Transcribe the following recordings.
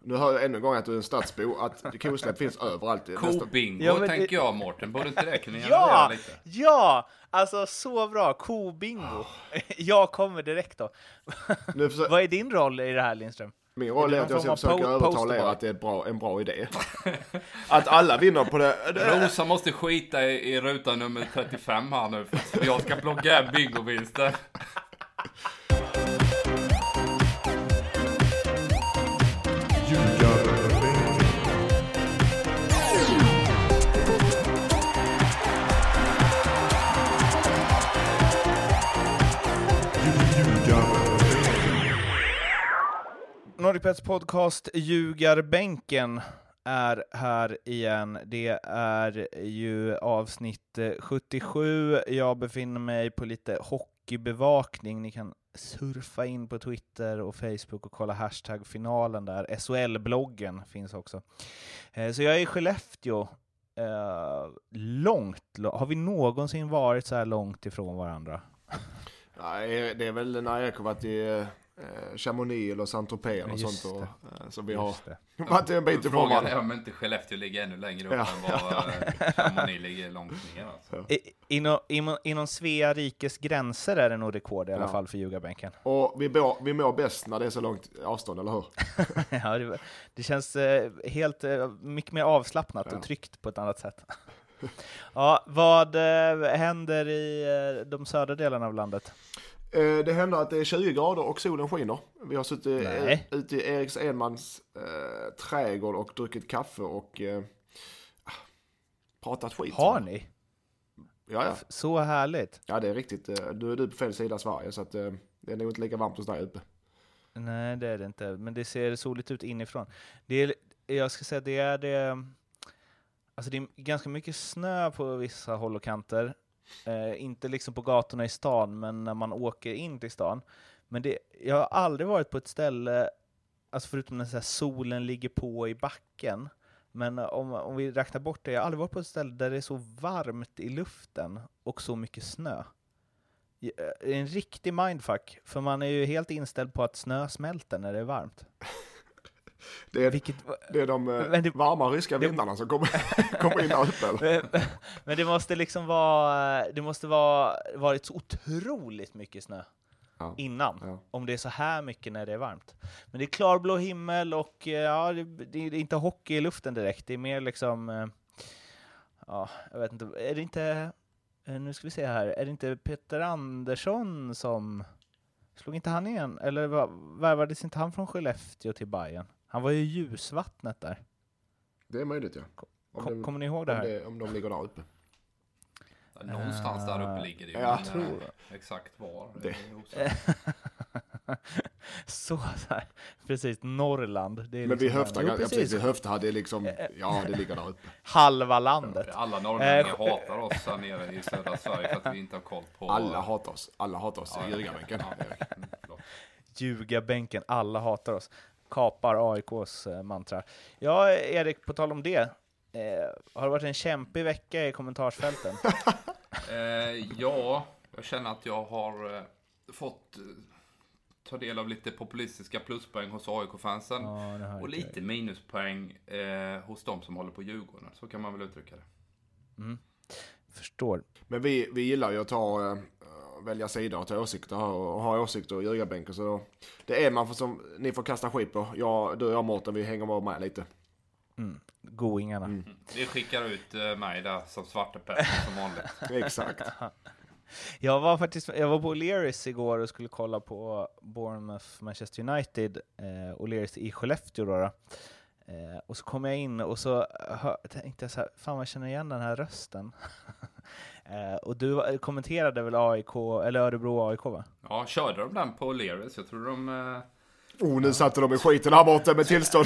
Nu hör jag ännu en gång att du är en stadsbo, att kosläpp finns överallt. Kobingo tänker jag, Mårten. Borde inte det kunna göra lite? Ja, alltså så bra. Kobingo. Jag kommer direkt då. Vad är din roll i det här, Lindström? Min roll är att jag ska försöka övertala er att det är en bra idé. Att alla vinner på det. Rosa måste skita i ruta nummer 35 här nu. För jag ska plocka en bingovinster. NordicBets podcast Ljugarbänken är här igen. Det är ju avsnitt 77. Jag befinner mig på lite hockeybevakning. Ni kan surfa in på Twitter och Facebook och kolla hashtag-finalen där. SHL-bloggen finns också. Så jag är i Skellefteå. Långt. Har vi någonsin varit så här långt ifrån varandra? Nej, det är väl när jag har varit i Chamonix eller Saint-Tropez och sånt. Och, så vi har varit en bit ifrån varandra. Frågan är om inte Skellefteå ligger ännu längre upp än vad Chamonix ligger långt ner. Alltså. Inom Svea rikes gränser är det nog rekord i alla fall för Ljugarbänken. Och vi mår bäst när det är så långt avstånd, eller hur? Ja, det känns helt mycket mer avslappnat och tryggt på ett annat sätt. Ja, vad händer i de södra delarna av landet? Det händer att det är 20 grader och solen skiner. Vi har suttit ute i Eriks Enmans trädgård och druckit kaffe och pratat skit. Har ni? Ja. Så härligt. Ja, det är riktigt. Nu är du på fel sida av Sverige, så att det är nog inte lika varmt hos dig uppe. Nej, det är det inte. Men det ser soligt ut inifrån. Jag ska säga, det är ganska mycket snö på vissa håll och kanter. Inte liksom på gatorna i stan, men när man åker in till stan. Men jag har aldrig varit på ett ställe, alltså förutom när så här solen ligger på i backen. Men om vi räknar bort det, jag har aldrig varit på ett ställe där det är så varmt i luften och så mycket snö. Det är en riktig mindfuck, för man är ju helt inställd på att snö smälter när det är varmt. Det är de varma ryska vindarna som kommer in där uppe. Men det måste liksom varit så otroligt mycket snö innan. Om det är så här mycket när det är varmt. Men det är klarblå himmel och det är inte hockey i luften direkt. Det är mer liksom, jag vet inte. Är det inte, nu ska vi se här, är det inte Peter Andersson som slog inte han igen? Eller värvades inte han från Skellefteå till Bayern? Han var ju ljusvattnet där. Det är möjligt, ja. Kommer ni ihåg det här? Om de ligger där uppe. Någonstans där uppe ligger det ju. Jag tror exakt var. Så här. Precis, Norrland. Det är men liksom vi höftar det liksom, det ligger där uppe. Halva landet. Alla norrlänningar hatar oss här nere i södra Sverige för att vi inte har koll på... Alla hatar oss i Ljugarbänken. Ljugarbänken, alla hatar oss. Kapar AIKs mantra. Ja, Erik, på tal om det. Har det varit en kämpig vecka i kommentarsfälten? Jag känner att jag har fått ta del av lite populistiska pluspoäng hos AIK-fansen. Och lite minuspoäng hos de som håller på Djurgården. Så kan man väl uttrycka det. Förstår. Men vi gillar ju att välja sidor och ta åsikter och ha åsikter i Ljugarbänken. Så det är man som ni får kasta skit på. Du och jag, Mårten, vi hänger med lite. Goingarna. Vi skickar ut mig där som svartepetter som vanligt. Exakt. Jag var på O'Learys igår och skulle kolla på Bournemouth Manchester United. O'Learys i Skellefteå då. Och så kom jag in och så tänkte jag så här, fan, jag känner igen den här rösten. Och du kommenterade väl AIK eller Örebro AIK, va? Ja, körde de den på O'Learys? Jag tror de... Nu satte de i skiten här borta med tillstånd.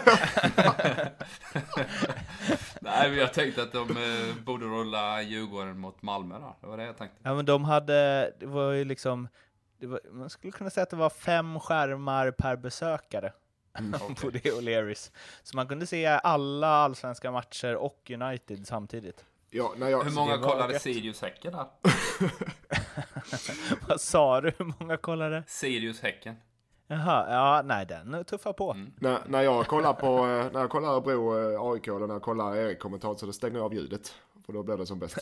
Nej, men jag tänkte att de borde rulla Djurgården mot Malmö där. Det var det jag tänkte. Ja, men det var ju liksom... man skulle kunna säga att det var 5 skärmar per besökare. På det O'Learys. Så man kunde se alla allsvenska matcher och United samtidigt. Ja, hur många kollade Sirius-Häcken där? Vad sa du? Hur många kollade? Sirius-Häcken. Jaha, ja, nej, den tuffar på. När jag kollar på när jag kollar Örebro AIK eller när jag kollar Erik kommentar så då stänger jag av ljudet. För då blir det som bäst.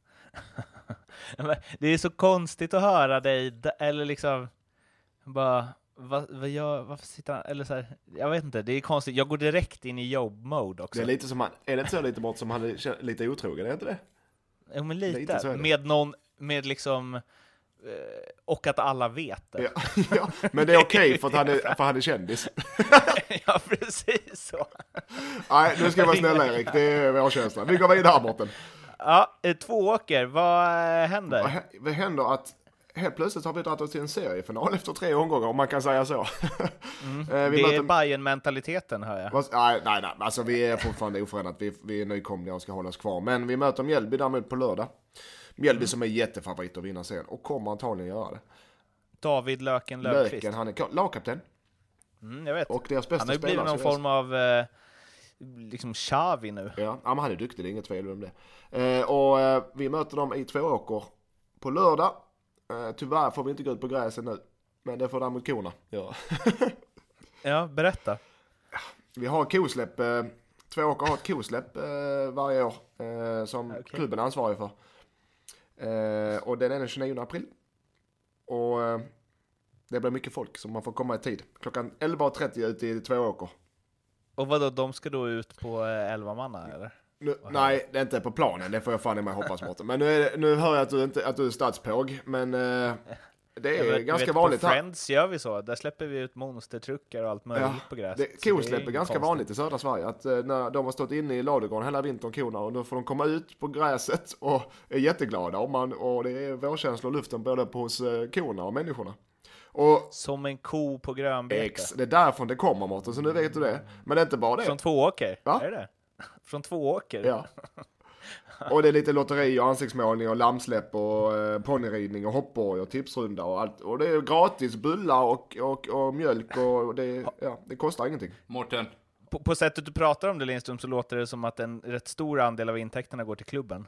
Det är så konstigt att höra dig, eller liksom bara, varför sitter han, eller så här, jag vet inte, det är konstigt, jag går direkt in i jobb-mode också. Det är lite som är det inte så lite bort som han är lite otrogen, är det inte det? Jo, men lite med någon, med liksom, och att alla vet det. Ja, men det är okej för att han är kändis. Ja, precis så. Nej, nu ska jag vara snäll Erik, det är vår känsla. Vi går vidare, Mårten. Ja, Tvååker, vad händer? Det händer att helt plötsligt har vi dragit oss till en seriefinal efter 3 omgångar, om man kan säga så. Det är Bayern-mentaliteten, hör jag. Nej, alltså vi är fortfarande oförändrat. Vi är nykomlingar och ska hålla oss kvar. Men vi möter Mjällby därmed på lördag. Mjällby som är jättefavorit att vinna serien och kommer antagligen göra det. David Löfqvist. Löken, han är lagkapten. Jag vet. Och deras bästa han har ju blivit någon form av liksom Xavi nu. Ja, men han är duktig, det är inget fel om det. Och vi möter dem i Tvååker på lördag. Tyvärr får vi inte gå ut på gräset nu. Men det får däremot korna. Ja. Ja, berätta. Vi har kosläpp. Tvååker har ett kosläpp varje år som klubben är ansvarig för. Och den är den 29 april. Och det blir mycket folk som man får komma i tid. Klockan 11.30 ute i Tvååker. Och vadå, de ska då ut på 11 manna eller? Nej, det är inte på planen. Det får jag fan i mig hoppas, Mårten. Men nu hör jag att du är stadspåg. Men det är ganska vanligt här. På Friends gör vi så. Där släpper vi ut monstertruckar och allt möjligt på gräset. Kosläpp är ganska vanligt i södra Sverige. Att när de har stått inne i ladugården hela vintern, korna, och då får de komma ut på gräset och är jätteglada. Och det är vårkänslor i luften både hos korna och människorna. Och som en ko på grönbete. Det är därifrån det kommer, Mårten, så nu vet du det. Men det är inte bara det. Från Tvååker? Va? Är det? Från Tvååker? Ja. Och det är lite lotteri och ansiktsmålning och lammsläpp och ponnyridning och hoppborg och tipsrunda och allt. Och det är gratis bullar och mjölk och det kostar ingenting. Mårten. På sättet du pratar om det, Lindström, så låter det som att en rätt stor andel av intäkterna går till klubben.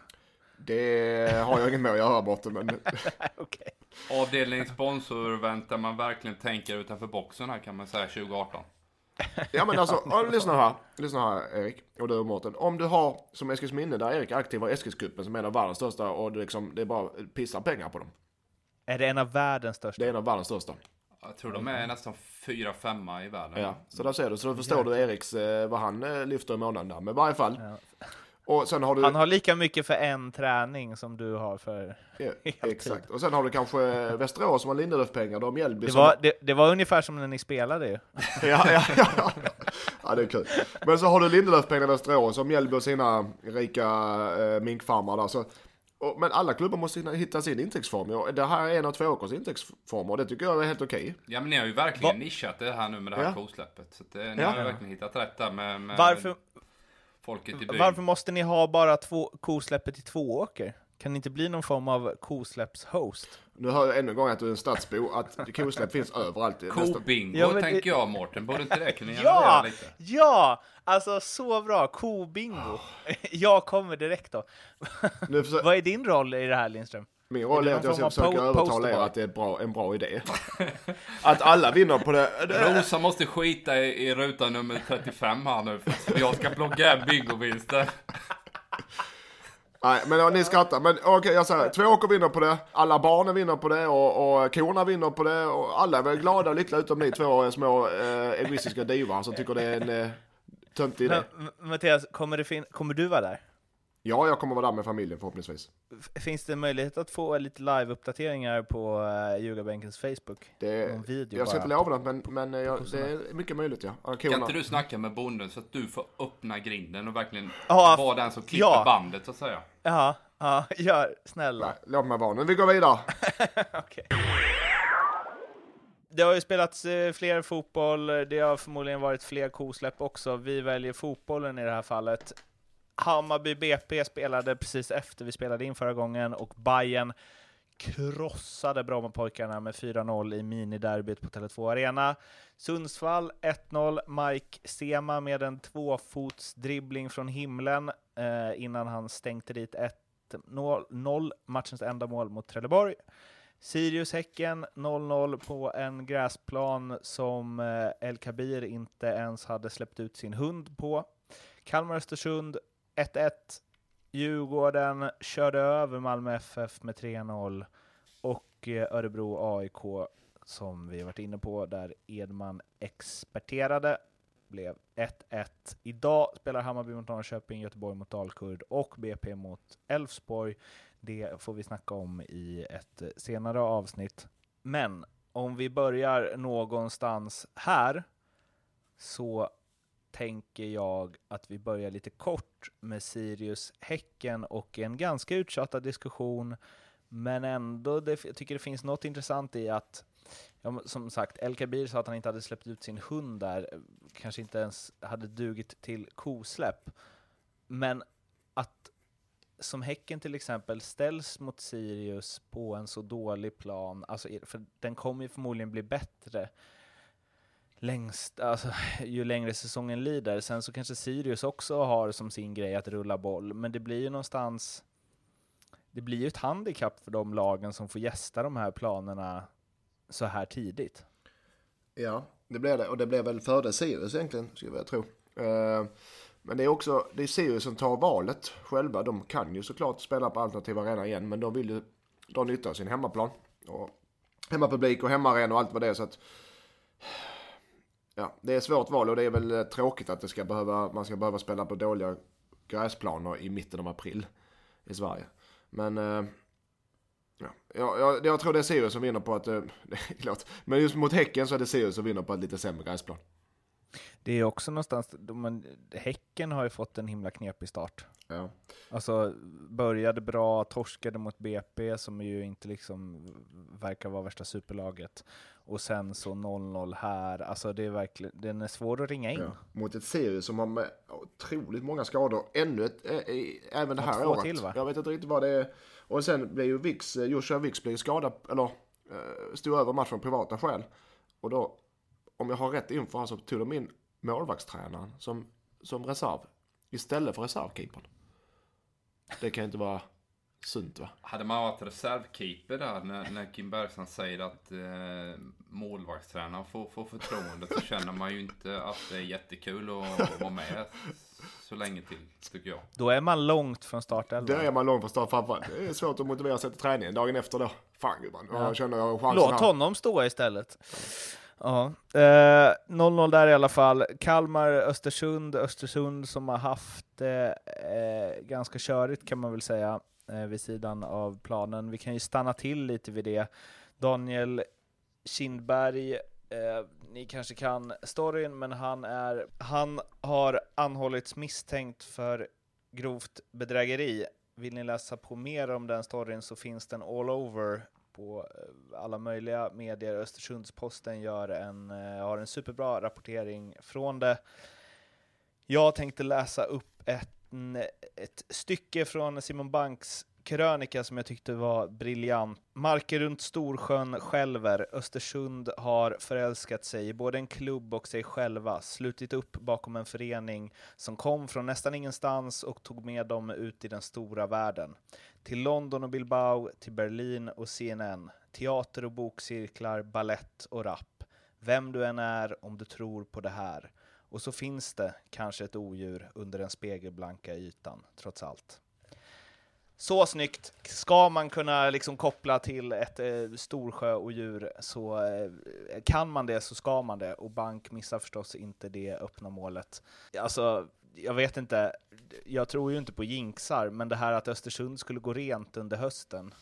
Det har jag inget med att göra, Mårten, men... Okay. Avdelningssponsor väntar man verkligen tänker utanför boxen här, kan man säga, 2018. Ja, men alltså, lyssna här Erik och du och Mårten. Om du har som Eskilsminne där Erik är aktiv i Eskilscupen som är en av världens största och det är bara pissar pengar på dem. Är det en av världens största? Det är en av världens största. Jag tror de är nästan 4-5 i världen. Ja, så där ser du. Så då förstår du Eriks vad han lyfter i månaden där. Men i varje fall. Ja. Och sen har du... Han har lika mycket för en träning som du har för... Ja, exakt. Och sen har du kanske Västerås som har Lindelöf-pengar. Då Mjällby det var ungefär som när ni spelade ju. Ja, det är kul. Men så har du Lindelöf-pengar Västerås och Mjällby och sina rika minkfarmar där. Så, men alla klubbar måste hitta sin intäktsform. Det här är en av Tvååkers intäktsformer och det tycker jag är helt okej. Ja, men ni har ju verkligen nischat det här nu med det här kosläppet. Så ni har ju verkligen hittat rätt där med folket i byn. Varför måste ni ha bara kosläppet i Tvååker? Kan det inte bli någon form av kosläppshost? Nu hör jag ännu en gång att du är en stadsbo, att kosläpp finns överallt. Kobingo tänker jag, Mårten. Borde inte det kunna göra lite? Ja! Alltså så bra. Kobingo. Jag kommer direkt då. Vad är din roll i det här, Lindström? Min roll är att jag ska försöka övertala er att det är en bra idé. Att alla vinner på det. Rosa måste skita i ruta nummer 35 här nu. För jag ska plocka bingovinster. Nej, men ni skrattar. Men okej, jag säger, Tvååker vinner på det. Alla barnen vinner på det. Och korna vinner på det. Och alla är väl glada och lyckliga utom ni två små egoistiska divar som tycker det är en töntig idé. Mattias, kommer du vara där? Ja, jag kommer vara där med familjen förhoppningsvis. Finns det möjlighet att få lite live-uppdateringar på Ljugarbänkens Facebook? Jag ska inte lova något, men det är mycket möjligt, ja. Kan inte du snacka med bonden så att du får öppna grinden och verkligen vara den som klipper bandet, så att säga? Ja, gör snälla. Nej, låt mig vara nu. Vi går vidare. Okej. Det har ju spelats fler fotboll. Det har förmodligen varit fler kosläpp också. Vi väljer fotbollen i det här fallet. Hammarby BP spelade precis efter vi spelade in förra gången och Bayern krossade Brommapojkarna med 4-0 i miniderbyt på Tele2 Arena. Sundsvall 1-0, Mike Sema med en 2-fotsdribbling från himlen innan han stänkte dit 1-0, matchens enda mål mot Trelleborg. Sirius-Häcken 0-0 på en gräsplan som El Kabir inte ens hade släppt ut sin hund på. Kalmar-Östersund 1-1. Djurgården körde över Malmö FF med 3-0. Och Örebro AIK, som vi har varit inne på, där Edman experterade, blev 1-1. Idag spelar Hammarby mot Norrköping, Göteborg mot Dalkurd och BP mot Elfsborg. Det får vi snacka om i ett senare avsnitt. Men om vi börjar någonstans här, så tänker jag att vi börjar lite kort med Sirius-Häcken och en ganska uttjatad diskussion. Men ändå, jag tycker det finns något intressant i att, som sagt, El Kabir sa att han inte hade släppt ut sin hund där. Kanske inte ens hade dugit till kosläpp. Men att som Häcken till exempel ställs mot Sirius på en så dålig plan, alltså, för den kommer ju förmodligen bli bättre ju längre säsongen lider. Sen så kanske Sirius också har som sin grej att rulla boll, men det blir ju någonstans, det blir ju ett handikapp för de lagen som får gästa de här planerna så här tidigt. Ja, det blir det, och det blir väl fördel Sirius egentligen, skulle jag tro. Men det är Sirius som tar valet själva. De kan ju såklart spela på alternativa arena igen, men de vill ju dra nytta av sin hemmaplan och hemmapublik och hemmaarena och allt vad det är, så att ja, det är ett svårt val, och det är väl tråkigt att man ska behöva spela på dåliga gräsplaner i mitten av april i Sverige. Men jag tror det är Sirius som vinner på att men just mot Häcken så är det Sirius som vinner på ett lite sämre gräsplan. Det är också någonstans, Häcken har ju fått en himla knepig start. Ja. Alltså började bra, torskade mot BP som ju inte liksom verkar vara värsta superlaget. Och sen så 0-0 här. Alltså det är verkligen, den är svår att ringa in. Ja. Mot ett Sirius som har med otroligt många skador. Även det här året. Till, va? Jag vet inte riktigt vad det är. Och sen blev ju Joshua Wicks blev skadad, eller stod över matchen av privata skäl. Och då, om jag har rätt info, så tog de in målvaktstränaren som reserv istället för reservkeepern. Det kan inte vara sunt, va? Hade man varit reservkeeper där när Kim Bergstrand säger att målvaktstränaren får förtroende, så känner man ju inte att det är jättekul att vara med så länge till, tycker jag. Då är man långt från start. Då är man långt från start. Framför. Det är svårt att motivera sig till träningen dagen efter då. Fan, man. Ja. Känner jag chansen. Låt honom stå istället. Ja. 0-0 där i alla fall. Kalmar-Östersund som har haft ganska körigt, kan man väl säga, vid sidan av planen. Vi kan ju stanna till lite vid det. Daniel Kindberg, ni kanske kan storyn, men han har anhållits misstänkt för grovt bedrägeri. Vill ni läsa på mer om den storyn, så finns den all over på alla möjliga medier. Östersundsposten har en superbra rapportering från det. Jag tänkte läsa upp ett stycke från Simon Banks krönika som jag tyckte var briljant. Marker runt Storsjön skälver. Östersund har förälskat sig i både en klubb och sig själva. Slutit upp bakom en förening som kom från nästan ingenstans och tog med dem ut i den stora världen. Till London och Bilbao, till Berlin och CNN. Teater och bokcirklar, ballett och rap. Vem du än är, om du tror på det här. Och så finns det kanske ett odjur under den spegelblanka ytan, trots allt. Så snyggt. Ska man kunna liksom koppla till ett storsjöodjur, så kan man det, så ska man det. Och Bank missar förstås inte det öppna målet. Alltså, jag vet inte. Jag tror ju inte på jinxar, men det här att Östersund skulle gå rent under hösten.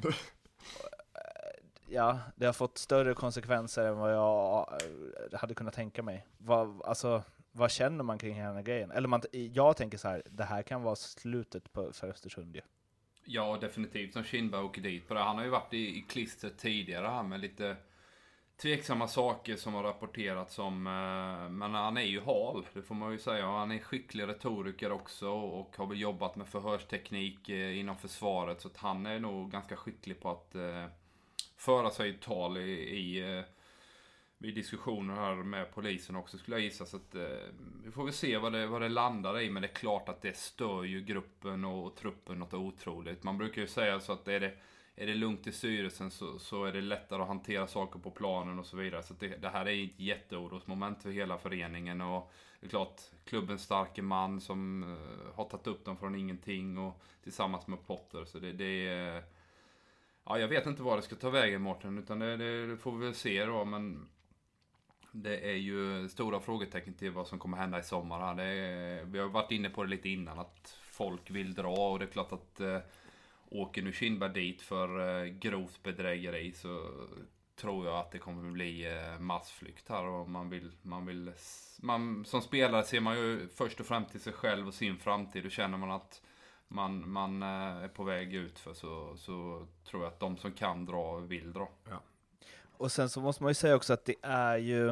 Ja, det har fått större konsekvenser än vad jag hade kunnat tänka mig. Vad känner man kring den här grejen? Eller jag tänker så här, det här kan vara slutet för Östersund ju. Ja, definitivt. Som Kindberg åker dit på det. Han har ju varit i klistret tidigare här med lite tveksamma saker som har rapporterats om. Men han är ju hal, det får man ju säga. Han är skicklig retoriker också och har väl jobbat med förhörsteknik inom försvaret. Så att han är nog ganska skicklig på att föra sig tal vid diskussioner här med polisen också, skulle jag gissa. Så att, vi får väl se vad det landar i. Men det är klart att det stör ju gruppen och truppen något otroligt. Man brukar ju säga så att är är det lugnt i styrelsen så är det lättare att hantera saker på planen och så vidare. Så det här är ett jätteorosmoment för hela föreningen. Och det är klart, klubbens starke man som har tagit upp dem från ingenting och tillsammans med Potter. Så det är... Ja, jag vet inte vad det ska ta vägen, Mårten, utan det får vi väl se då. Men det är ju stora frågetecken till vad som kommer hända i sommar här. Vi har varit inne på det lite innan, att folk vill dra, och det är klart att åker nu Kindberg dit för grovt bedrägeri, så tror jag att det kommer bli massflykt här. Och man som spelare ser man ju först och främst till sig själv och sin framtid, och känner man att man är på väg ut för så tror jag att de som kan dra vill dra. Ja. Och sen så måste man ju säga också att det är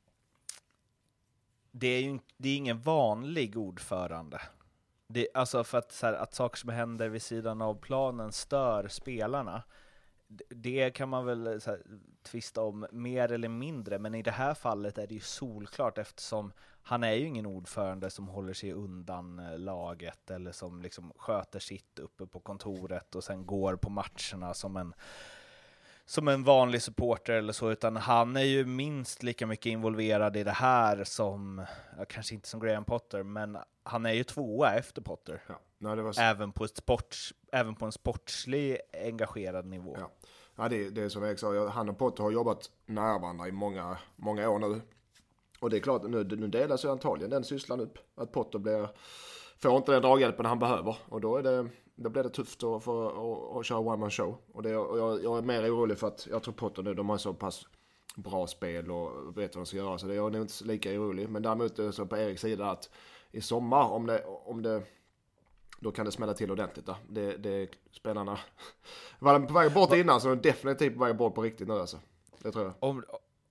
ingen vanlig ordförande. Alltså för att, så här, att saker som händer vid sidan av planen stör spelarna, det kan man väl så här, tvista om mer eller mindre, men i det här fallet är det ju solklart, eftersom han är ju ingen ordförande som håller sig undan laget eller som liksom sköter sitt uppe på kontoret och sen går på matcherna som en vanlig supporter eller så, utan han är ju minst lika mycket involverad i det här som, kanske inte som Graham Potter, men han är ju 2 efter Potter. Ja. Nej, det var så. Även på en sportslig engagerad nivå. Ja, det är som jag sa, han och Potter har jobbat nära varandra i många, många år nu. Och det är klart, nu delas ju antagligen den sysslan upp. Att Potter får inte den draghjälpen han behöver. Och då blir det tufft att köra one-man show. Och jag är mer orolig för att jag tror Potter nu, de har så pass bra spel och vet vad de ska göra. Så det är jag nog inte lika orolig. Men däremot är det så på Eriks sida att i sommar, om det då kan det smälla till ordentligt. Då. Det spelarna var på väg bort innan, så är de definitivt på väg bort på riktigt nu alltså. Det tror jag.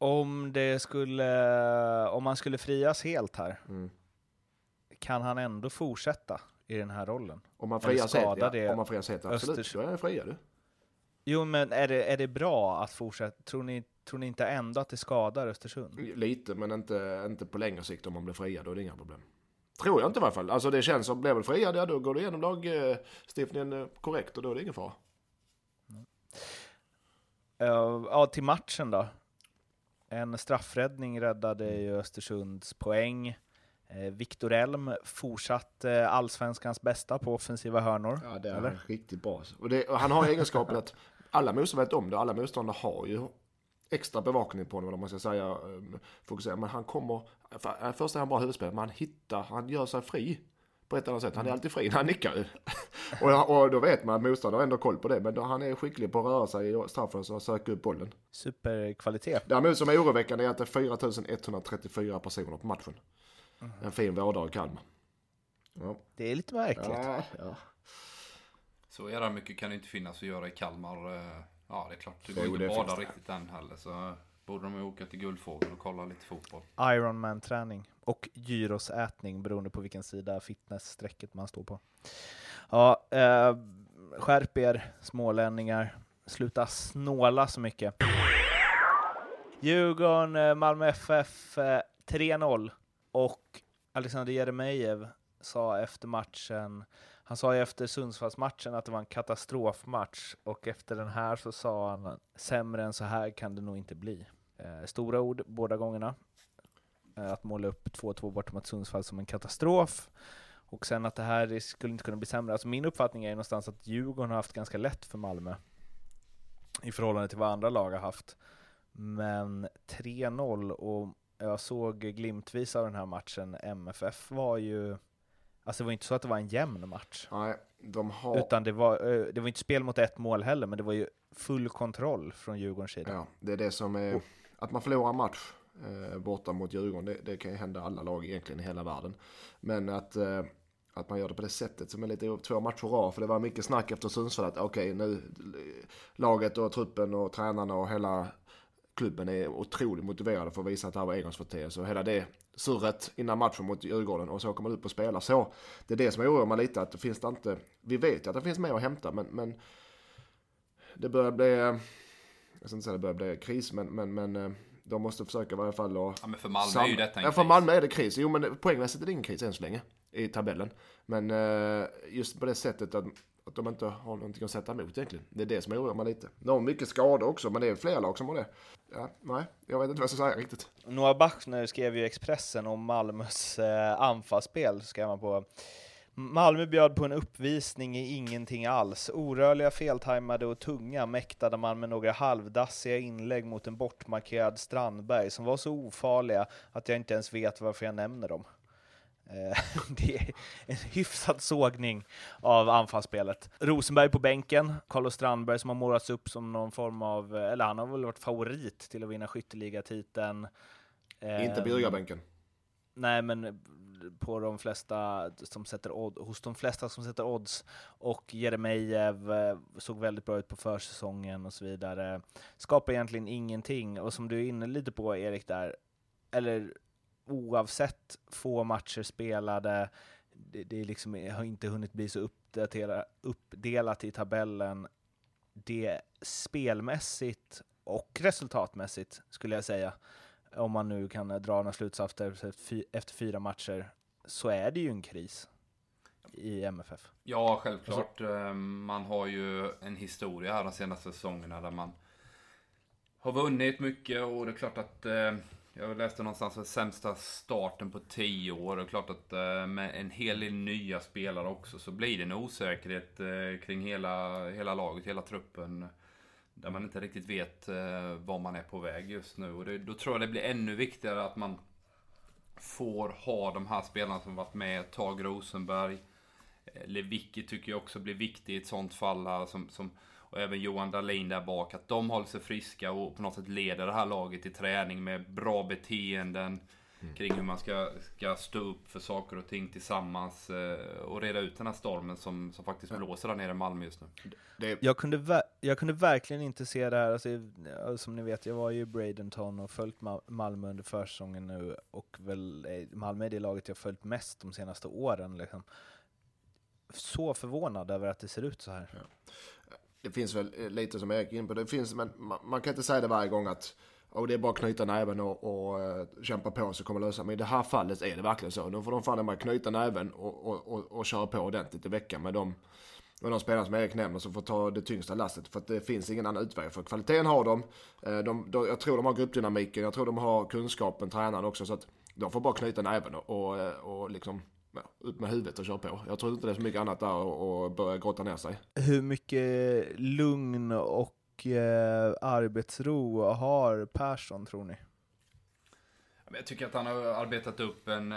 Om man skulle frias helt här, kan han ändå fortsätta i den här rollen? Om man frias helt, absolut. Då är jag fria, du. Jo, men är det bra att fortsätta? Tror ni inte ändå att det skadar Östersund? Lite, men inte på längre sikt. Om man blir friad, då är det inga problem. Tror jag inte i alla fall. Alltså det känns som, blir väl friad, då går det igenom lagstiftningen korrekt, och då är det ingen fara. Ja, till matchen då. En straffräddning räddade ju Östersunds poäng. Viktor Elm fortsatte allsvenskans bästa på offensiva hörnor. Ja, det är riktigt bra. Och han har egenskapen att alla motståndare vet om det. Alla motståndare har ju extra bevakning på honom, vad man ska säga, fokusera. Men han kommer, först är han bra huvudspelare, men han gör sig fri på ett annat sätt. Han är alltid fri när han nickar ju. och då vet man att motståndaren har ändå koll på det. Men han är skicklig på att röra sig i straffen och söka upp bollen. Superkvalitet. Däremot som är oroväckande är att det är 4134 personer på matchen. En fin vårdag i Kalmar. Ja. Det är lite märkligt. Ja. Så jävla mycket kan det inte finnas att göra i Kalmar. Ja, det är klart. Det går inte bada riktigt än heller. Så borde de åka till Guldfågeln och kolla lite fotboll. Ironman-träning och gyrosätning beroende på vilken sida fitnesssträcket man står på. Ja, skärp er, smålänningar. Sluta snåla så mycket. Djurgården, Malmö FF 3-0. Och Alexander Jeremejeff sa efter matchen, han sa ju efter Sundsvallsmatchen att det var en katastrofmatch, och efter den här så sa han, sämre än så här kan det nog inte bli. Stora ord båda gångerna. Att måla upp 2-2 bort mot Sundsvall som en katastrof, och sen att det här skulle inte kunna bli sämre. Alltså min uppfattning är någonstans att Djurgården har haft ganska lätt för Malmö i förhållande till vad andra lag har haft. Men 3-0, och jag såg glimtvis av den här matchen. MFF var ju, alltså det var inte så att det var en jämn match. Nej, utan det var inte spel mot ett mål heller, men det var ju full kontroll från Djurgårdens sida. Ja, det är det som är, att man förlorar en match borta mot Djurgården, det kan ju hända alla lag egentligen i hela världen. Men att man gör det på det sättet som är lite 2 matcher rad, för det var mycket snack efter Sundsvall att okej, nu laget och truppen och tränarna och hela klubben är otroligt motiverade för att visa att det här var engångsföreteelse, och hela det surret innan matchen mot Djurgården, och så kommer man upp och spela så. Det är det som oroar mig lite, att det finns inte, vi vet ju att det finns mer att hämta, men det börjar bli, jag ska inte säga det börjar bli kris, men de måste försöka i varje fall att... Ja, men för Malmö är ju detta en kris. Ja, för Malmö är det kris. Jo, men poängmässigt är det ingen kris än så länge i tabellen. Men just på det sättet att Att de inte har någonting att sätta emot egentligen. Det är det som oroar mig lite. De har mycket skador också, men det är fler lag som har det. Ja, nej, jag vet inte vad jag ska säga riktigt. Noah Bachner skrev ju Expressen om Malmös anfallsspel, skrev man på. Malmö bjöd på en uppvisning i ingenting alls. Orörliga, feltajmade och tunga mäktade man med några halvdassiga inlägg mot en bortmarkerad Strandberg som var så ofarliga att jag inte ens vet varför jag nämner dem. Det är en hyfsad sågning av anfallsspelet. Rosenberg på bänken, Carlos Strandberg som har målats upp som någon form av, eller han har väl varit favorit till att vinna skytteligatiteln. Inte Bjurgarbänken. Nej, men på de flesta som sätter hos de flesta som sätter odds, och Jeremejeff såg väldigt bra ut på försäsongen och så vidare. Skapar egentligen ingenting, och som du är inne lite på, Erik, där, eller oavsett få matcher spelade, det liksom har inte hunnit bli så uppdelat i tabellen. Det spelmässigt och resultatmässigt skulle jag säga, om man nu kan dra några slutsatser efter 4 matcher, så är det ju en kris i MFF. Ja, självklart. Man har ju en historia här de senaste säsongerna där man har vunnit mycket, och det är klart att jag läste någonstans den sämsta starten på 10 år. Det är klart att med en hel del nya spelare också så blir det en osäkerhet kring hela laget, hela truppen, där man inte riktigt vet var man är på väg just nu. Och då tror jag det blir ännu viktigare att man får ha de här spelarna som varit med. Tag Rosenberg, Lewicki tycker jag också blir viktigt i ett sånt fall här, och även Johan Dahlin där bak, att de håller sig friska och på något sätt leder det här laget i träning med bra beteenden kring hur man ska stå upp för saker och ting tillsammans och reda ut den här stormen som faktiskt blåser där nere i Malmö just nu. Jag kunde verkligen inte se det här. Alltså, som ni vet, jag var ju i Bradenton och följt Malmö under försäsongen nu, och väl Malmö är det laget jag följt mest de senaste åren. Liksom. Så förvånad över att det ser ut så här. Ja. Det finns väl lite som Erik är in på. Det finns, men man kan inte säga det varje gång att det är bara att knyta näven och kämpa på så kommer det lösa. Men i det här fallet är det verkligen så. Nu får de fan bara knyta näven och köra på ordentligt i veckan med de spelare som Erik nämner, som får ta det tyngsta lastet. För att det finns ingen annan utväg. För kvaliteten har de. Jag tror de har gruppdynamiken. Jag tror de har kunskapen, tränaren också. Så att de får bara knyta näven och liksom ut med huvudet och köra på. Jag tror inte det är så mycket annat där och börja grotta ner sig. Hur mycket lugn och arbetsro har Persson, tror ni? Jag tycker att han har arbetat upp en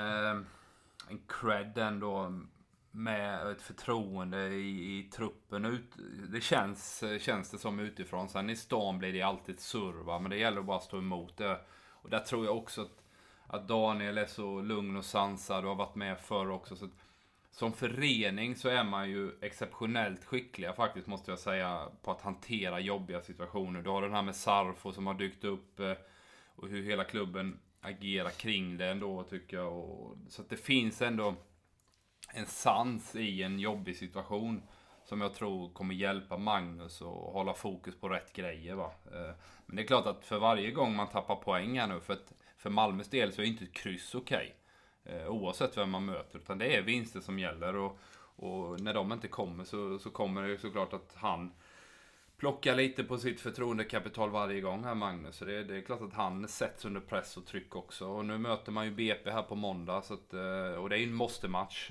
cred ändå med ett förtroende i truppen. Det känns det som utifrån. Sen i stan blir det alltid surva, men det gäller bara att stå emot det. Och där tror jag också att Daniel är så lugn och sansad och har varit med förr också. Så som förening så är man ju exceptionellt skickliga faktiskt, måste jag säga, på att hantera jobbiga situationer. Du har den här med Sarfo som har dykt upp och hur hela klubben agerar kring det ändå, tycker jag. Så att det finns ändå en sans i en jobbig situation som jag tror kommer hjälpa Magnus att hålla fokus på rätt grejer. Va? Men det är klart att för varje gång man tappar poäng här nu, för Malmös del så är inte ett kryss okej. Oavsett vem man möter, utan det är vinster som gäller, och när de inte kommer så kommer det såklart att han plockar lite på sitt förtroendekapital varje gång här, Magnus. Så det är klart att han sätts under press och tryck också, och nu möter man ju BP här på måndag, så att, och det är ju en måste-match,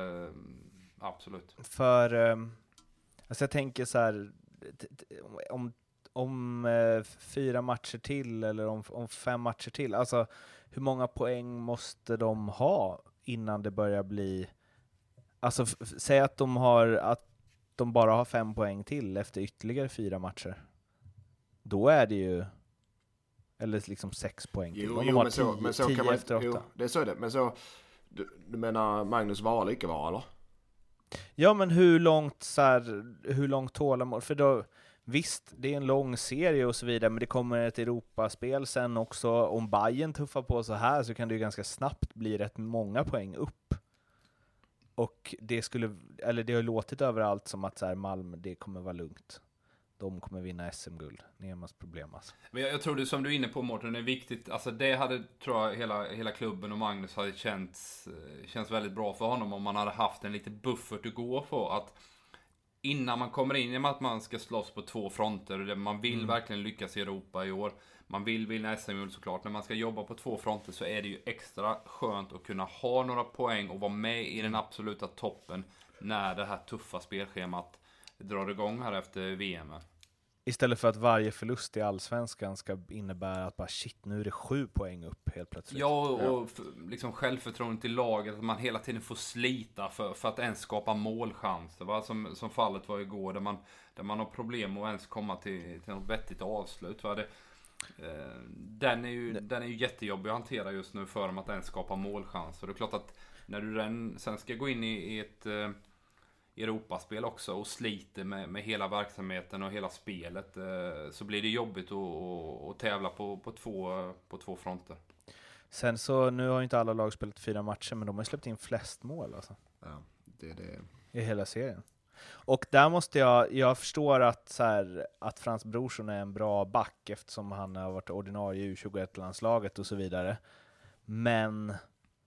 absolut. För alltså jag tänker så här, om 4 matcher till eller om 5 matcher till, alltså hur många poäng måste de ha innan det börjar bli, alltså säg att de bara har 5 poäng till efter ytterligare 4 matcher, då är det ju, eller liksom 6 poäng till. Men så kan man efter 8. Jo, det är så det. Men så du menar Magnus vara eller icke vara, eller? Ja, men hur långt tålamod, för då visst, det är en lång serie och så vidare, men det kommer ett Europaspel sen också. Om Bayern tuffar på så här så kan det ju ganska snabbt bli rätt många poäng upp. Och det har låtit överallt som att så här, Malmö, det kommer vara lugnt. De kommer vinna SM-guld. Nemas problem alltså. Men jag tror det som du är inne på, Mårten, det är viktigt. Alltså det hade, tror jag, hela klubben och Magnus hade känts väldigt bra för honom om man hade haft en liten buffert att gå på. Att innan man kommer in i att man ska slåss på 2 fronter, man vill verkligen lyckas i Europa i år, man vill vinna SM-guld såklart, när man ska jobba på 2 fronter så är det ju extra skönt att kunna ha några poäng och vara med i den absoluta toppen när det här tuffa spelschemat drar igång här efter VM. Istället för att varje förlust i Allsvenskan ska innebära att bara shit, nu är det 7 poäng upp helt plötsligt. Ja, och liksom självförtroendet i laget, att man hela tiden får slita för att ens skapa målchanser. Va? Som fallet var igår, där man har problem att ens komma till något vettigt avslut. Va? Den är ju jättejobbig att hantera just nu för dem, att ens skapa målchanser. Det är klart att när du sen ska gå in i ett Europaspel också och sliter med hela verksamheten och hela spelet, så blir det jobbigt att tävla på två fronter. Sen så, nu har inte alla lag spelat 4 matcher, men de har släppt in flest mål alltså. Ja, det. I hela serien. Och där måste jag förstår att att Frans Brorsson är en bra back eftersom han har varit ordinarie i U21-landslaget och så vidare. Men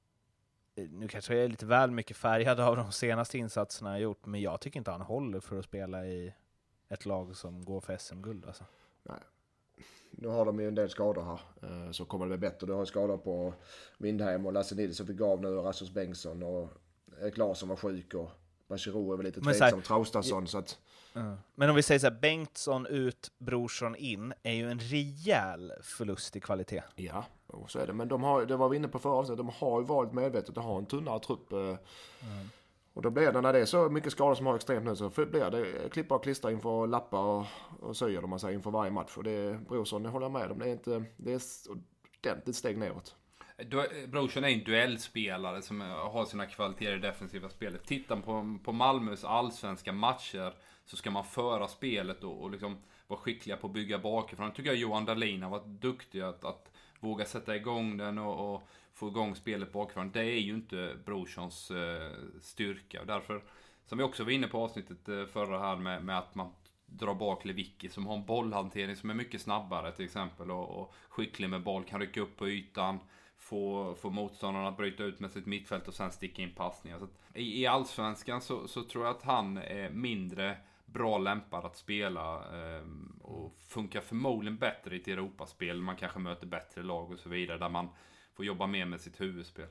nu kanske jag är lite väl mycket färgad av de senaste insatserna jag gjort, men jag tycker inte han håller för att spela i ett lag som går för SM-guld. Alltså. Nej. Nu har de ju en del skador här, så kommer det bli bättre. Du har skador på Windheim och Lasse Nilsson fick av nu, Rasmus Bengtsson och Erik Larsson var sjuk och Bachirou är väl lite tveksam, Traustason. Så att... Men om vi säger så här, Bengtsson ut, Brorsson in är ju en rejäl förlust i kvalitet. Ja, och så är det. Men det var vi inne på förra avsnittet, de har ju varit medvetet att ha en tunnare trupp. Och då blir det, när det är så mycket skador som har extremt nu, så blir det klippa och klistra inför lappar och söjer de man säger inför varje match. Och Brorsson, det håller jag med om, det är ett ordentligt steg neråt. Brorsson är en duellspelare som har sina kvaliteter i defensiva spelet. Tittar på Malmös allsvenska matcher så ska man föra spelet och liksom vara skickliga på att bygga bakifrån. Jag tycker Johan Dahlin har varit duktig att våga sätta igång den och få igång spelet bakifrån. Det är ju inte Brorssons styrka. Och därför, som vi också var inne på avsnittet förra här med att man drar bak Lewicki som har en bollhantering som är mycket snabbare till exempel och skicklig med boll, kan rycka upp på ytan, få motståndarna att bryta ut med sitt mittfält och sen sticka in passningar. Så att i allsvenskan så tror jag att han är mindre bra lämpad att spela och funkar förmodligen bättre i ett Europaspel. Man kanske möter bättre lag och så vidare där man får jobba mer med sitt huvudspel.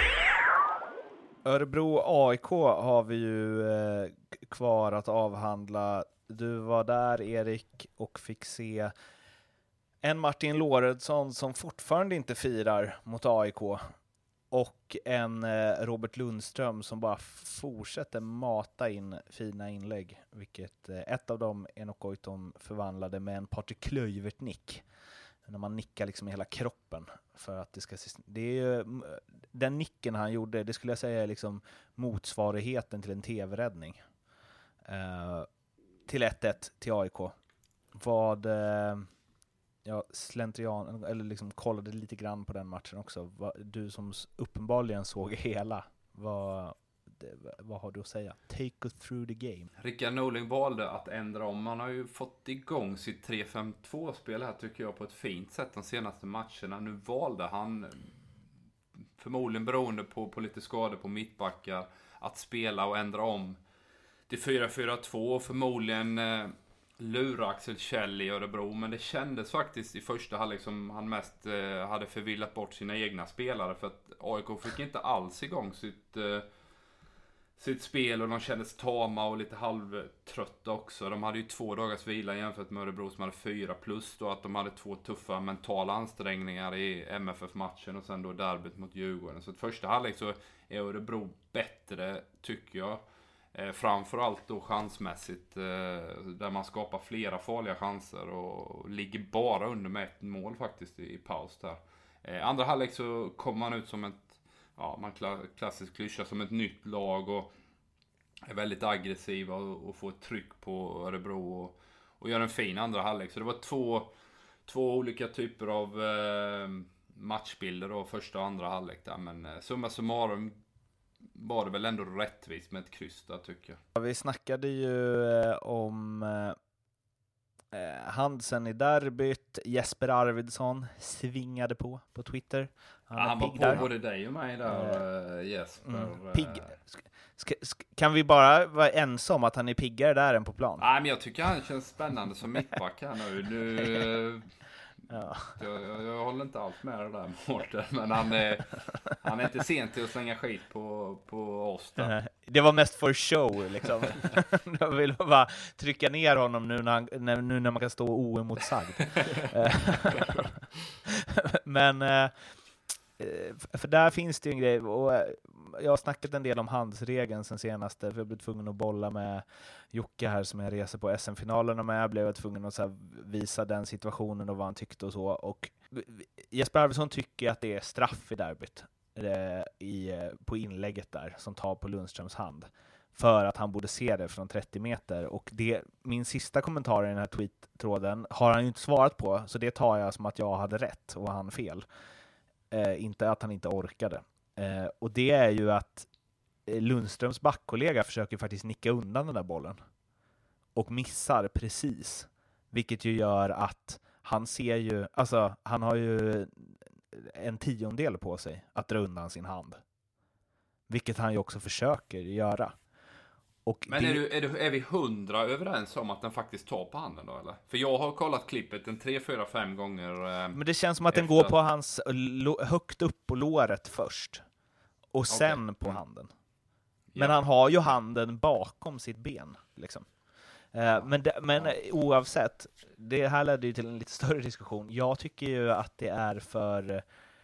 Örebro AIK har vi ju kvar att avhandla. Du var där, Erik, och fick se en Martin Lorentzon som fortfarande inte firar mot AIK och en Robert Lundström som bara fortsätter mata in fina inlägg, vilket ett av dem är nog Goitom förvandlade med en Patrik Kluivert-nick. När man nickar liksom i hela kroppen för att det ska det är ju, den nicken han gjorde, det skulle jag säga är liksom motsvarigheten till en tv-räddning. Till 1-1 till AIK. Jag slentrian eller liksom kollade lite grann på den matchen också. Du som uppenbarligen såg hela, vad har du att säga? Take us through the game. Rickard Norling valde att ändra om. Man har ju fått igång sitt 3-5-2-spel här tycker jag på ett fint sätt de senaste matcherna. Nu valde han, förmodligen beroende på lite skador på mittbackar, att spela och ändra om till 4-4-2. Förmodligen lura Axel Kjell i Örebro, men det kändes faktiskt i första halvlek som han mest hade förvillat bort sina egna spelare, för att AIK fick inte alls igång sitt spel och de kändes tama och lite halvtrötta också. De hade ju 2 dagars vila jämfört med Örebro som hade 4 plus då, att de hade 2 tuffa mentala ansträngningar i MFF-matchen och sen då derbyt mot Djurgården. Så första halvlek så är Örebro bättre tycker jag. Framförallt då chansmässigt där man skapar flera farliga chanser och ligger bara under med 1 mål faktiskt i paus där. Andra halvlek så kommer man ut som man klassisk klyscha som ett nytt lag och är väldigt aggressiva och får ett tryck på Örebro och gör en fin andra halvlek. Så det var två olika typer av matchbilder då, första och andra halvlek där, men summa summarum var det väl ändå rättvist med ett kryss där tycker jag. Vi snackade ju om Hansen i derbyt. Jesper Arvidsson svingade på Twitter. Han var på både dig och mig där, Jesper. Pigg. Kan vi bara vara ense om att han är piggare där än på plan? Nej, men jag tycker han känns spännande som mittback här nu. Ja. Jag håller inte alls med det där, Mårten, men han är inte sent till att slänga skit på oss där. Det var mest for show, liksom. Jag vill bara trycka ner honom nu när man kan stå oemotsagd. Men för där finns det ju en grej, och jag har snackat en del om handsregeln sen senaste, för jag blev tvungen att bolla med Jocke här som jag reser på SM-finalerna med. Jag blev tvungen att så här visa den situationen och vad han tyckte och så. Och Jesper Arvidsson tycker att det är straff i derbyt på inlägget där som tar på Lundströms hand, för att han borde se det från 30 meter. Och min sista kommentar i den här tweet-tråden har han ju inte svarat på, så det tar jag som att jag hade rätt och han fel. Inte att han inte orkade. Och det är ju att Lundströms backkollega försöker faktiskt nicka undan den där bollen och missar precis, vilket ju gör att han ser ju, alltså han har ju en 10:e på sig att dra undan sin hand, vilket han ju också försöker göra. Och men är vi 100 överens om att den faktiskt tar på handen då, eller? För jag har kollat klippet en 3, 4, 5 gånger. Men det känns som att den går på hans högt upp på låret först och sen på handen. Men han har ju handen bakom sitt ben, liksom. Men oavsett, det här ledde ju till en lite större diskussion. Jag tycker ju att det är för...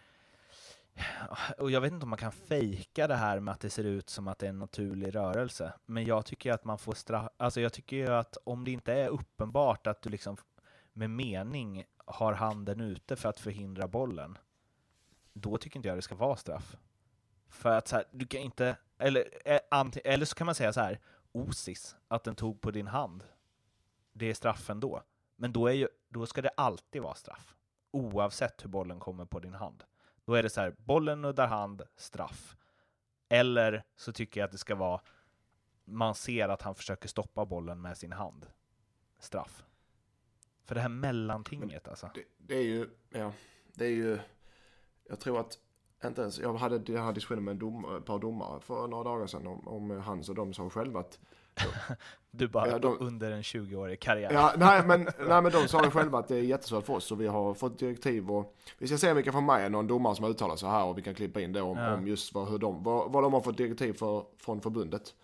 Och jag vet inte om man kan fejka det här med att det ser ut som att det är en naturlig rörelse. Men jag tycker att man får alltså jag tycker ju att om det inte är uppenbart att du liksom med mening har handen ute för att förhindra bollen, då tycker inte jag det ska vara straff. För att så här, du kan inte, eller så kan man säga så här, osis, att den tog på din hand, det är straffen då. Men då ska det alltid vara straff, oavsett hur bollen kommer på din hand. Då är det så här, bollen nuddar hand, straff. Eller så tycker jag att det ska vara, man ser att han försöker stoppa bollen med sin hand, straff. För det här mellantinget, alltså. Det är ju, jag tror att inte ens, jag hade diskussion med ett par domare för några dagar sedan om hans, och de sa själva att du bara under en 20-årig karriär. Ja, nej men de sa själva att det är jättesvårt för oss, så vi har fått direktiv, och vi ska se om vi kan få med någon domare som uttalar sig här, och vi kan klippa in det om just vad de har fått direktiv från förbundet.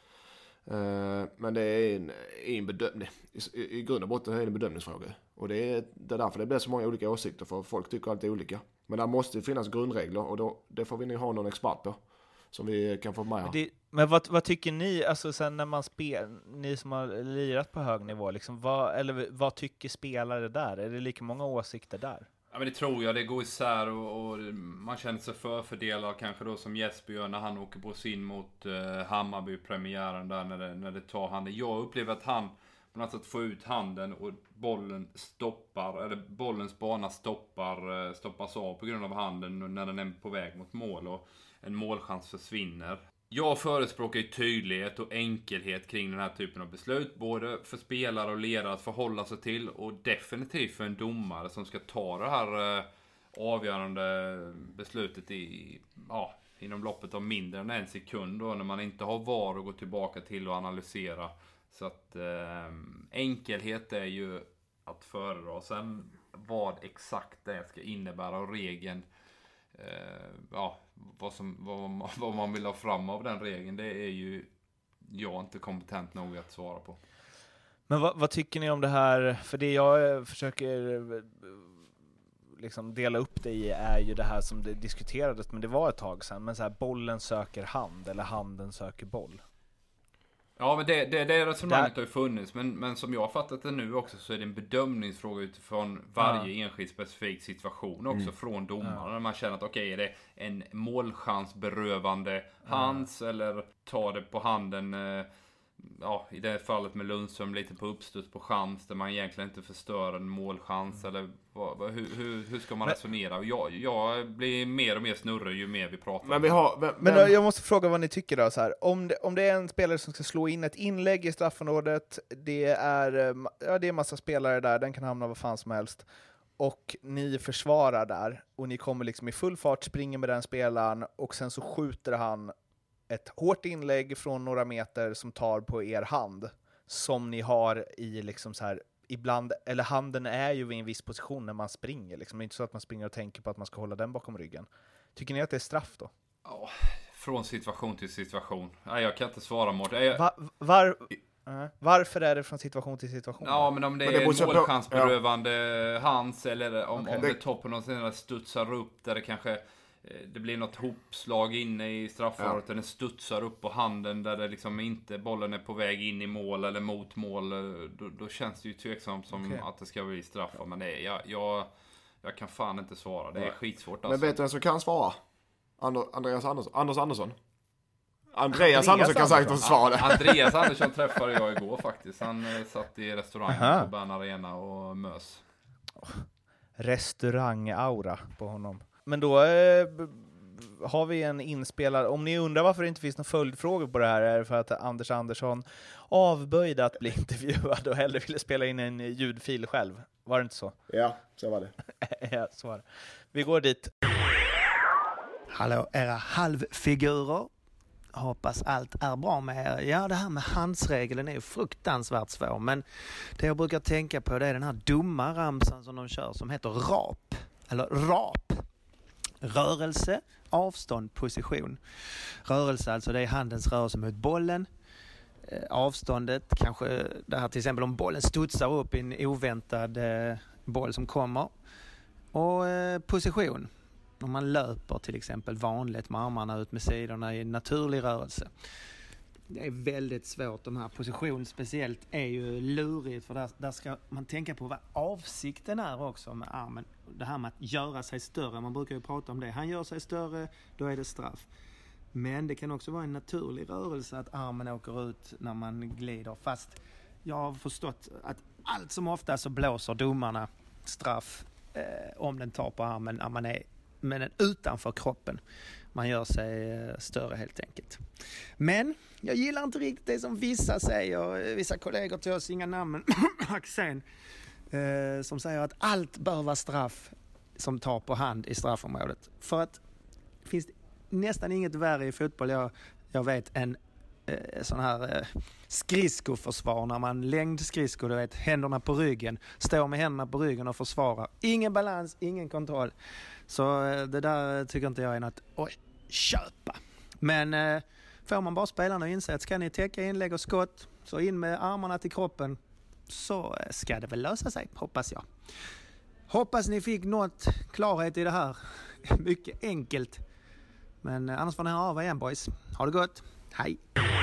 Men det är en bedömning. I grund och botten är det en bedömningsfråga. Och det är därför det blir så många olika åsikter, för folk tycker alltid olika. Men där måste finnas grundregler, och det får vi nu ha någon expert på som vi kan få med här. Men vad tycker ni, alltså sen när man ni som har lirat på hög nivå, liksom, vad tycker spelare där? Är det lika många åsikter där? Ja, men det tror jag. Det går isär, och man känner sig förfördelad kanske då, som Jesper gör när han åker på sin mot Hammarby-premiären där, när det tar handen. Jag upplever att han på något sätt får ut handen och bollen stoppar, eller bollens bana stoppas av på grund av handen när den är på väg mot mål, och en målchans försvinner. Jag förespråkar tydlighet och enkelhet kring den här typen av beslut, både för spelare och ledare att förhålla sig till, och definitivt för en domare som ska ta det här avgörande beslutet inom loppet av mindre än en sekund då, när man inte har VAR att gå tillbaka till och analysera. Så att enkelhet är ju att föredra. Sen vad exakt det ska innebära och regeln, vad man vill ha fram av den regeln, det är ju jag inte kompetent nog att svara på. Men vad tycker ni om det här? För det jag försöker liksom dela upp det i är ju det här som det diskuterades, men det var ett tag sedan, men så här, bollen söker hand eller handen söker boll. Ja, men det resonemanget har ju funnits, men som jag har fattat det nu också, så är det en bedömningsfråga utifrån varje enskild specifik situation också från domaren. När man känner att är det en målchansberövande hands, eller tar det på handen ja, i det fallet med Lundström lite på uppstuds på chans där man egentligen inte förstör en målchans eller hur ska man resonera? Och jag blir mer och mer snurrig ju mer vi pratar. Men jag måste fråga vad ni tycker då så här. Om det är en spelare som ska slå in ett inlägg i straffområdet, det är massa spelare där, den kan hamna vad fan som helst. Och ni försvarar där och ni kommer liksom i full fart, springer med den spelaren och sen så skjuter han ett hårt inlägg från några meter som tar på er hand som ni har i liksom så här ibland, eller handen är ju i en viss position när man springer liksom. Det är inte så att man springer och tänker på att man ska hålla den bakom ryggen. Tycker ni att det är straff då? Ja, från situation till situation. Nej, jag kan inte svara mot. Varför är det från situation till situation? Ja, men om det är målchansberövande hans eller om det toppen och sen studsar upp där det kanske det blir något hopslag inne i straffområdet, den studsar upp på handen där det liksom inte bollen är på väg in i mål eller mot mål, då känns det ju tveksamt som att det ska bli straff. Men det är, jag kan fan inte svara, det är skitsvårt alltså. Men vet du vem som kan svara? Andreas Andersson. Andreas Andersson kan säkert svara det. Andreas Andersson träffade jag igår faktiskt. Han satt i restaurangen på Bern Arena och mös. Restaurang-aura på honom. Men då har vi en inspelad. Om ni undrar varför det inte finns någon följdfrågor på det här, är det för att Anders Andersson avböjde att bli intervjuad och hellre ville spela in en ljudfil själv. Var det inte så? Ja, så var det. Ja, så var det. Vi går dit. Hallå, era halvfigurer. Hoppas allt är bra med er. Ja, det här med handsregeln är ju fruktansvärt svår. Men det jag brukar tänka på, det är den här dumma ramsan som de kör som heter RAP. Eller RAP. Rörelse, avstånd, position. Rörelse, alltså det är handens rörelse mot bollen. Avståndet, kanske det här till exempel om bollen studsar upp i en oväntad boll som kommer. Och position. Om man löper till exempel vanligt med armarna ut med sidorna i naturlig rörelse. Det är väldigt svårt. De här position speciellt är ju lurigt, för där ska man tänka på vad avsikten är också med armen. Det här med att göra sig större, man brukar ju prata om det. Han gör sig större, då är det straff. Men det kan också vara en naturlig rörelse att armen åker ut när man glider. Fast jag har förstått att allt som ofta så blåser domarna straff om den tar på armen när man är men utanför kroppen. Man gör sig större helt enkelt. Men jag gillar inte riktigt det som vissa säger. Vissa kollegor till oss, inga namn, Axén, som säger att allt bör vara straff som tar på hand i straffområdet. För att det finns nästan inget värre i fotboll jag vet än sån här skridskoförsvar, när man längdskridskor, du vet, händerna på ryggen, står med händerna på ryggen och försvarar. Ingen balans, ingen kontroll. Så det där tycker inte jag är något köpa. Men får man bara spelarna att inse att ska ni täcka inlägg och skott, så in med armarna till kroppen, så ska det väl lösa sig, hoppas jag. Hoppas ni fick något klarhet i det här. Mycket enkelt. Men annars får ni höra av igen, boys. Ha det gott. Hej.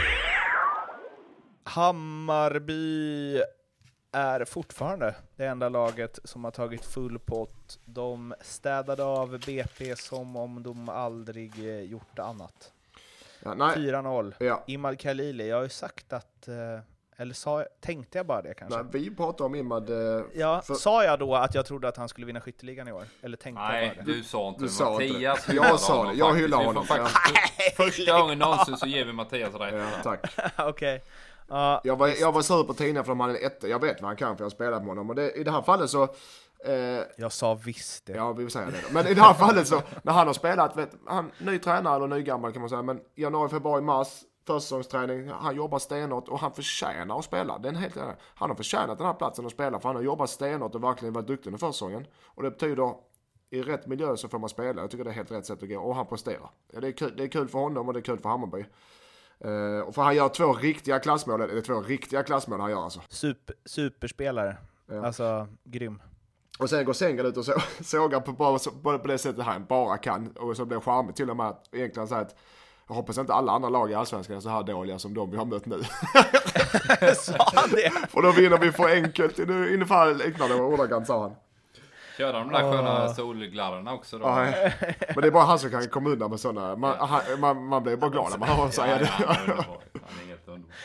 Hammarby är fortfarande det enda laget som har tagit full pott. De städade av BP som om de aldrig gjort annat. Ja, 4-0. Ja. Imad Khalili, jag har ju sagt att... tänkte jag bara det kanske? Nej, vi pratade om Imad... Sa jag då att jag trodde att han skulle vinna skytteligan i år? Eller tänkte jag bara det? Du sa inte det. Mattias jag sa det, jag hyllar honom. Första gången någonsin så ger vi Mattias rätt. Ja, tack. Okej. Jag var sur på tidningen för de hade en etta. Jag vet vad han kan, för jag har spelat med honom. Och i det här fallet så... jag sa visst det. Ja, vi vill säga det. Men i det här fallet så, när han har spelat, han ny tränare eller ny gammal kan man säga, men januari, februari, mars, försäsongsträning, han jobbar stenhårt och han förtjänar att spela. Han har förtjänat den här platsen att spela, för han har jobbat stenhårt och verkligen varit duktig under försäsongen. Och det betyder, i rätt miljö så får man spela. Jag tycker det är helt rätt sätt att gå, och han presterar. Ja, det är kul för honom och det är kul för Hammarby. Och för han gör två riktiga klassmål han gör alltså. Superspelare. Ja. Alltså, grym. Och sen går Sengal ut och sågar på det sättet han bara kan. Och så blir charmigt till och med att egentligen säga att jag hoppas inte alla andra lag i Allsvenskan är så här dåliga som de vi har mött nu. Sa han det? Och då vinner vi för enkelt. Ungefär liknande ordagrant, sa han. Kör de där sköna solglarna också då? Men det är bara han som kan komma undan med sådana. Man blir bara glad när man hör säga det. Han är helt underbar.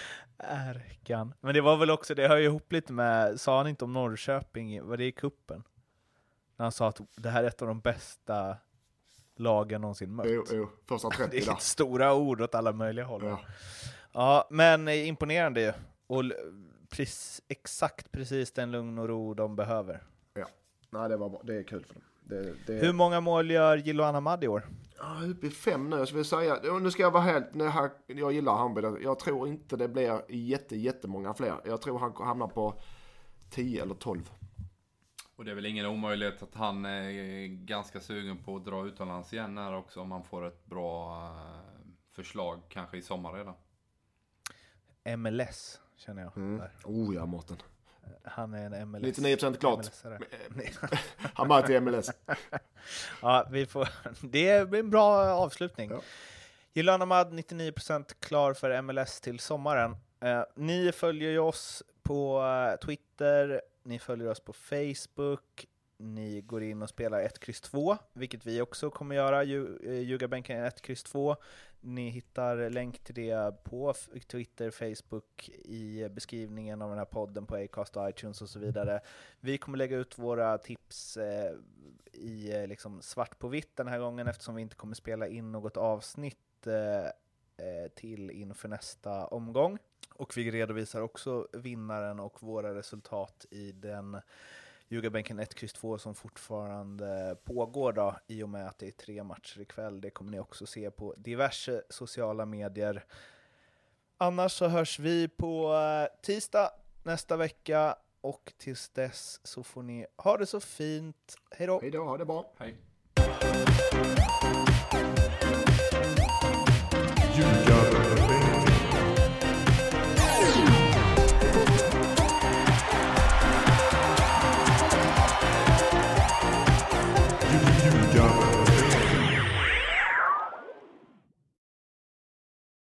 Ärkan. Men det var väl också, det hör ju ihop lite med, sa han inte om Norrköping, var det i kuppen? När han sa att det här är ett av de bästa lagen någonsin mött. Jo, första 30 det är där. stora ord åt alla möjliga håll. Ja. Ja, men imponerande ju. Och exakt precis den lugn och ro de behöver. Ja, nej, det är kul för dem. Hur många mål gör Jiloan Ahmad i år? Ja, uppe i 5 nu. Så vill säga, nu ska jag vara helt, jag gillar Hammarby. Jag tror inte det blir jättemånga fler. Jag tror han hamnar på 10 eller 12. Och det är väl ingen omöjlighet att han är ganska sugen på att dra utomlands igen här också, om man får ett bra förslag kanske i sommar redan. MLS känner jag. Där. Ja, Mårten. Han är en MLS. 99% klart. Han bara till MLS. Ja, det blir en bra avslutning. Ja. Jiloan Ahmad 99% klar för MLS till sommaren. Ni följer ju oss på Twitter, ni följer oss på Facebook, ni går in och spelar 1-2, vilket vi också kommer göra, Ljugarbänken 1-2. Ni hittar länk till det på Twitter, Facebook, i beskrivningen av den här podden på Acast och iTunes och så vidare. Vi kommer lägga ut våra tips i liksom svart på vitt den här gången, eftersom vi inte kommer spela in något avsnitt till inför nästa omgång. Och vi redovisar också vinnaren och våra resultat i den Ljugarbänken 1-2 som fortfarande pågår då, i och med att det är 3 matcher ikväll. Det kommer ni också se på diverse sociala medier. Annars så hörs vi på tisdag nästa vecka, och tills dess så får ni ha det så fint. Hej då! Hej då, ha det bra! Hej!